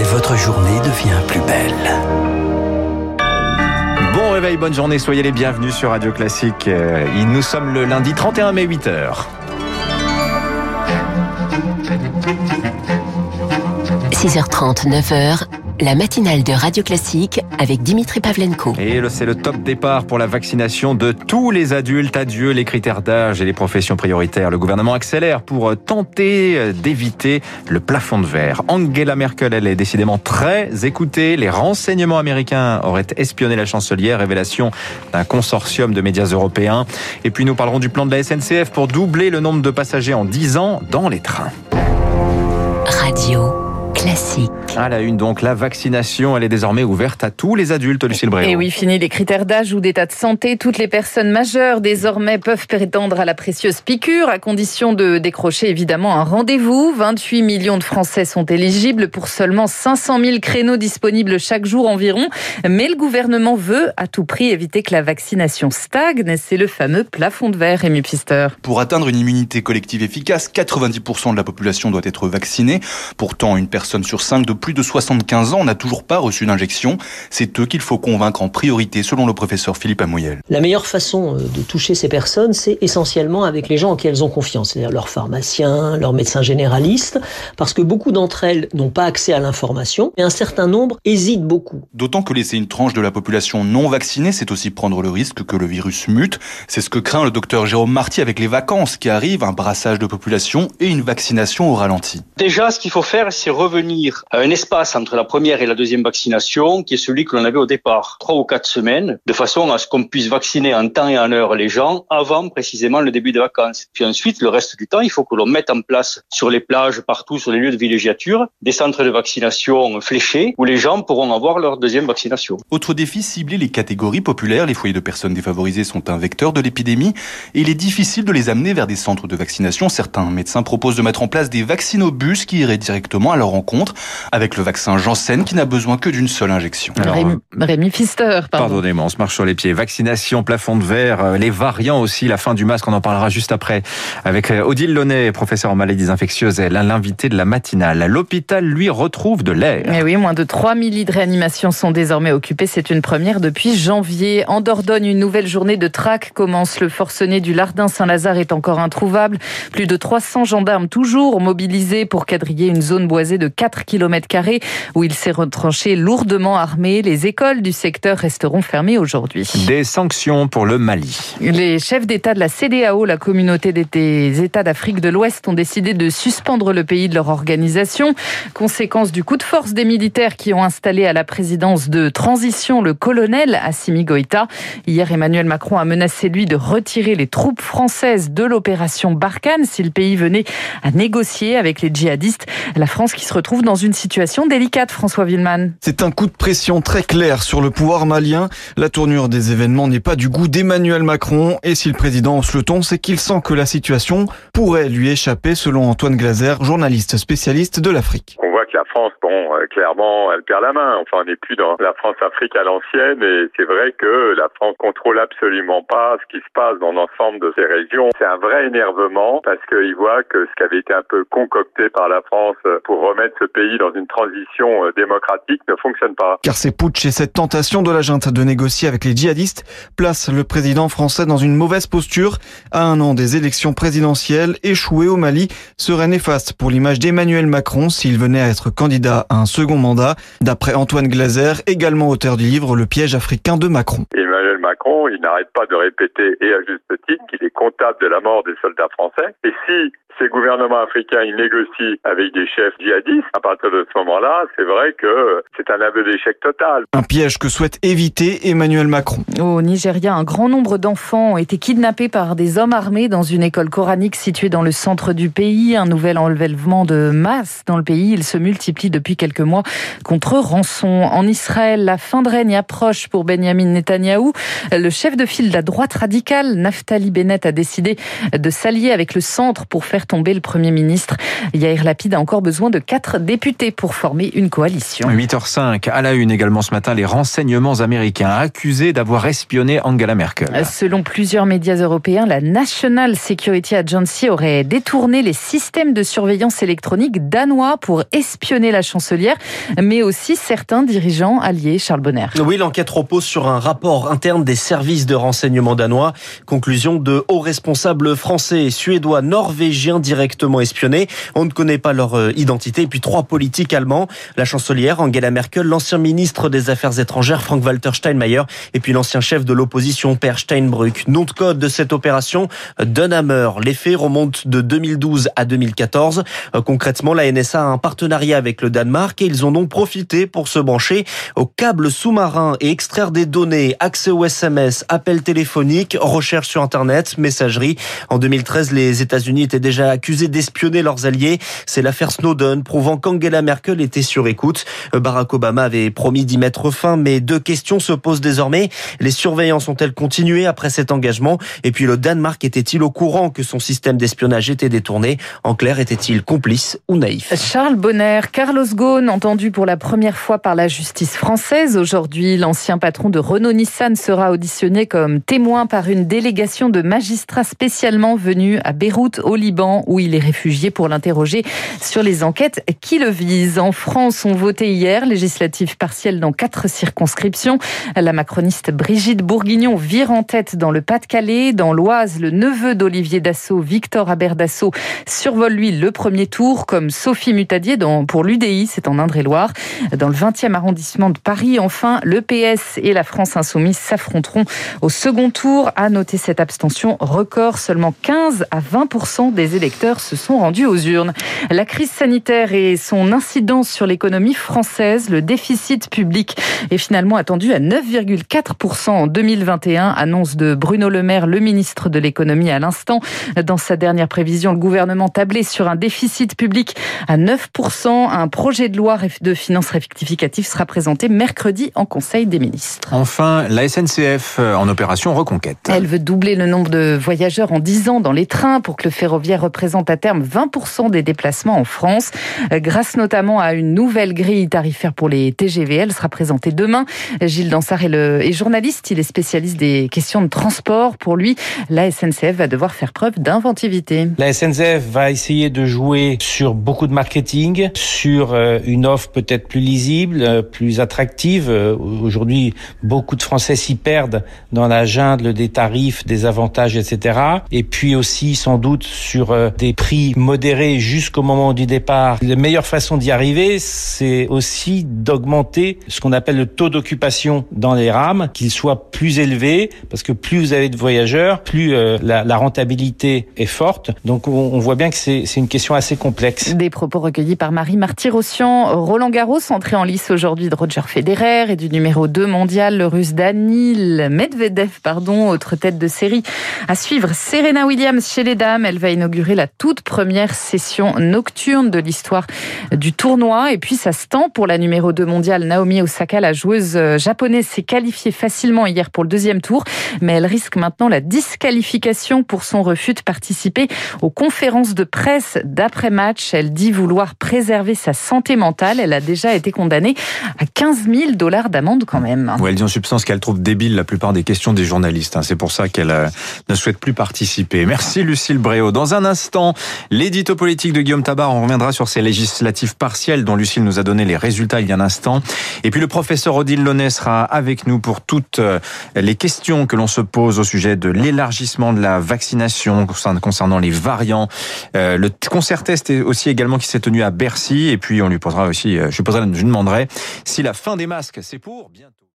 votre journée devient plus belle. Bon réveil, bonne journée, soyez les bienvenus sur Radio Classique. Nous sommes le lundi 31 mai, 8h. 6h30, 9h, la matinale de Radio Classique avec Dimitri Pavlenko. Et c'est le top départ pour la vaccination de tous les adultes. Adieu les critères d'âge et les professions prioritaires. Le gouvernement accélère pour tenter d'éviter le plafond de verre. Angela Merkel, elle est décidément très écoutée. Les renseignements américains auraient espionné la chancelière. Révélation d'un consortium de médias européens. Et puis nous parlerons du plan de la SNCF pour doubler le nombre de passagers en 10 ans dans les trains. Radio Classique. À la une donc, la vaccination, elle est désormais ouverte à tous les adultes, Lucille Bréau. Et oui, fini les critères d'âge ou d'état de santé. Toutes les personnes majeures désormais peuvent prétendre à la précieuse piqûre, à condition de décrocher évidemment un rendez-vous. 28 millions de Français sont éligibles pour seulement 500 000 créneaux disponibles chaque jour environ. Mais le gouvernement veut à tout prix éviter que la vaccination stagne. C'est le fameux plafond de verre, Rémi Pfister. Pour atteindre une immunité collective efficace, 90% de la population doit être vaccinée. Pourtant, une personne sur 5 de plus de 75 ans n'a toujours pas reçu d'injection. C'est eux qu'il faut convaincre en priorité, selon le professeur Philippe Amouyel. La meilleure façon de toucher ces personnes, c'est essentiellement avec les gens en qui elles ont confiance, c'est-à-dire leurs pharmaciens, leurs médecins généralistes, parce que beaucoup d'entre elles n'ont pas accès à l'information, et un certain nombre hésitent beaucoup. D'autant que laisser une tranche de la population non vaccinée, c'est aussi prendre le risque que le virus mute. C'est ce que craint le docteur Jérôme Marty avec les vacances qui arrivent, un brassage de population et une vaccination au ralenti. Déjà, ce qu'il faut faire, c'est revenir à un espace entre la première et la deuxième vaccination, qui est celui que l'on avait au départ, 3 ou 4 semaines, de façon à ce qu'on puisse vacciner en temps et en heure les gens avant précisément le début des vacances. Puis ensuite, le reste du temps, il faut que l'on mette en place sur les plages, partout sur les lieux de villégiature, des centres de vaccination fléchés où les gens pourront avoir leur deuxième vaccination. Autre défi, cibler les catégories populaires. Les foyers de personnes défavorisées sont un vecteur de l'épidémie et il est difficile de les amener vers des centres de vaccination. Certains médecins proposent de mettre en place des vaccinobus qui iraient directement à leur rencontre, avec le vaccin Janssen qui n'a besoin que d'une seule injection. Alors, Rémi Pfister, pardonnez-moi, on se marche sur les pieds. Vaccination, plafond de verre, les variants aussi, la fin du masque, on en parlera juste après avec Odile Launay, professeure en maladies infectieuses, elle, l'invité de la matinale. L'hôpital, lui, retrouve de l'air. Et oui, moins de 3000 lits de réanimation sont désormais occupés. C'est une première depuis janvier. En Dordogne, une nouvelle journée de traque commence. Le forcené du Lardin-Saint-Lazare est encore introuvable. Plus de 300 gendarmes toujours mobilisés pour quadriller une zone boisée de 4 km² où il s'est retranché lourdement armé. Les écoles du secteur resteront fermées aujourd'hui. Des sanctions pour le Mali. Les chefs d'État de la CEDEAO, la communauté des États d'Afrique de l'Ouest, ont décidé de suspendre le pays de leur organisation. Conséquence du coup de force des militaires qui ont installé à la présidence de transition le colonel Assimi Goïta. Hier, Emmanuel Macron a menacé, lui, de retirer les troupes françaises de l'opération Barkhane si le pays venait à négocier avec les djihadistes. La France qui se retrouve dans une situation délicate, François Villeman. C'est un coup de pression très clair sur le pouvoir malien. La tournure des événements n'est pas du goût d'Emmanuel Macron. Et si le président hausse le ton, c'est qu'il sent que la situation pourrait lui échapper, selon Antoine Glaser, journaliste spécialiste de l'Afrique. On voit que la France, clairement, elle perd la main. Enfin, on n'est plus dans la France-Afrique à l'ancienne et c'est vrai que la France contrôle absolument pas ce qui se passe dans l'ensemble de ces régions. C'est un vrai énervement parce qu'il voit que ce qui avait été un peu concocté par la France pour remettre ce pays dans une transition démocratique ne fonctionne pas. Car ces putschs et cette tentation de la junte de négocier avec les djihadistes placent le président français dans une mauvaise posture. À un an des élections présidentielles, échouer au Mali serait néfaste pour l'image d'Emmanuel Macron s'il venait à être candidat à un second mandat, d'après Antoine Glaser, également auteur du livre Le piège africain de Macron. Emmanuel Macron, il n'arrête pas de répéter, et à juste titre, qu'il est comptable de la mort des soldats français. Et si ces gouvernements africains, ils négocient avec des chefs djihadistes, à partir de ce moment-là, c'est vrai que c'est un aveu d'échec total. Un piège que souhaite éviter Emmanuel Macron. Au Nigeria, un grand nombre d'enfants ont été kidnappés par des hommes armés dans une école coranique située dans le centre du pays. Un nouvel enlèvement de masse dans le pays. Il se multiplie depuis quelques mois contre rançon. En Israël, la fin de règne approche pour Benjamin Netanyahou. Le chef de file de la droite radicale, Naftali Bennett, a décidé de s'allier avec le centre pour faire tomber. Le Premier ministre Yair Lapid a encore besoin de 4 députés pour former une coalition. 8h05, à la une également ce matin, les renseignements américains accusés d'avoir espionné Angela Merkel. Selon plusieurs médias européens, la National Security Agency aurait détourné les systèmes de surveillance électronique danois pour espionner la chancelière, mais aussi certains dirigeants alliés. Charles Bonner. Oui, l'enquête repose sur un rapport interne des services de renseignement danois. Conclusion de hauts responsables français, suédois, norvégiens directement espionnés. On ne connaît pas leur identité. Et puis 3 politiques allemands. La chancelière Angela Merkel, l'ancien ministre des Affaires étrangères Frank-Walter Steinmeier et puis l'ancien chef de l'opposition Per Steinbrück. Nom de code de cette opération, Dunhammer. Les faits remontent de 2012 à 2014. Concrètement, la NSA a un partenariat avec le Danemark et ils ont donc profité pour se brancher au câble sous-marin et extraire des données, accès aux SMS, appels téléphoniques, recherche sur Internet, messagerie. En 2013, les États-Unis étaient déjà accusés d'espionner leurs alliés. C'est l'affaire Snowden, prouvant qu'Angela Merkel était sur écoute. Barack Obama avait promis d'y mettre fin, mais 2 questions se posent désormais. Les surveillances ont-elles continué après cet engagement? Et puis le Danemark était-il au courant que son système d'espionnage était détourné? En clair, était-il complice ou naïf? Charles Bonner, Carlos Ghosn, entendu pour la première fois par la justice française. Aujourd'hui, l'ancien patron de Renault-Nissan sera auditionné comme témoin par une délégation de magistrats spécialement venus à Beyrouth, au Liban, où il est réfugié pour l'interroger sur les enquêtes qui le visent. En France, on votait hier, législative partielle dans 4 circonscriptions. La macroniste Brigitte Bourguignon vire en tête dans le Pas-de-Calais. Dans l'Oise, le neveu d'Olivier Dassault, Victor Habert Dassault, survole lui le premier tour, comme Sophie Mutadier pour l'UDI, c'est en Indre-et-Loire. Dans le 20e arrondissement de Paris, enfin, le PS et la France Insoumise s'affronteront au second tour. À noter cette abstention record, seulement 15 à 20% des électeurs se sont rendus aux urnes. La crise sanitaire et son incidence sur l'économie française, le déficit public est finalement attendu à 9,4% en 2021, annonce de Bruno Le Maire, le ministre de l'économie à l'instant. Dans sa dernière prévision, le gouvernement tablait sur un déficit public à 9%. Un projet de loi de finances rectificative sera présenté mercredi en Conseil des ministres. Enfin, la SNCF en opération reconquête. Elle veut doubler le nombre de voyageurs en 10 ans dans les trains pour que le ferroviaire représente à terme 20% des déplacements en France. Grâce notamment à une nouvelle grille tarifaire pour les TGV, elle sera présentée demain. Gilles Dansard est journaliste, il est spécialiste des questions de transport. Pour lui, la SNCF va devoir faire preuve d'inventivité. La SNCF va essayer de jouer sur beaucoup de marketing, sur une offre peut-être plus lisible, plus attractive. Aujourd'hui, beaucoup de Français s'y perdent dans la jungle des tarifs, des avantages, etc. Et puis aussi, sans doute, sur des prix modérés jusqu'au moment du départ. La meilleure façon d'y arriver, c'est aussi d'augmenter ce qu'on appelle le taux d'occupation dans les rames, qu'il soit plus élevé, parce que plus vous avez de voyageurs, plus la rentabilité est forte. Donc on voit bien que c'est une question assez complexe. Des propos recueillis par Marie Marty-Rossian. Roland Garros, entré en lice aujourd'hui de Roger Federer et du numéro 2 mondial, le russe Daniil Medvedev, autre tête de série. À suivre, Serena Williams chez les dames. Elle va inaugurer la toute première session nocturne de l'histoire du tournoi. Et puis ça se tend pour la numéro 2 mondiale, Naomi Osaka. La joueuse japonaise s'est qualifiée facilement hier pour le 2e tour, mais elle risque maintenant la disqualification pour son refus de participer aux conférences de presse d'après-match. Elle dit vouloir préserver sa santé mentale. Elle a déjà été condamnée à $15 000 d'amende quand même. Ouais, elle dit en substance qu'elle trouve débile la plupart des questions des journalistes. C'est pour ça qu'elle ne souhaite plus participer. Merci Lucille Bréau. Dans un instant, l'édito politique de Guillaume Tabar. On reviendra sur ces législatives partielles dont Lucille nous a donné les résultats il y a un instant. Et puis le professeur Odile Launay sera avec nous pour toutes les questions que l'on se pose au sujet de l'élargissement de la vaccination concernant les variants. Le concert test est aussi également qui s'est tenu à Bercy. Et puis on lui posera aussi, je lui demanderai si la fin des masques, c'est pour bientôt.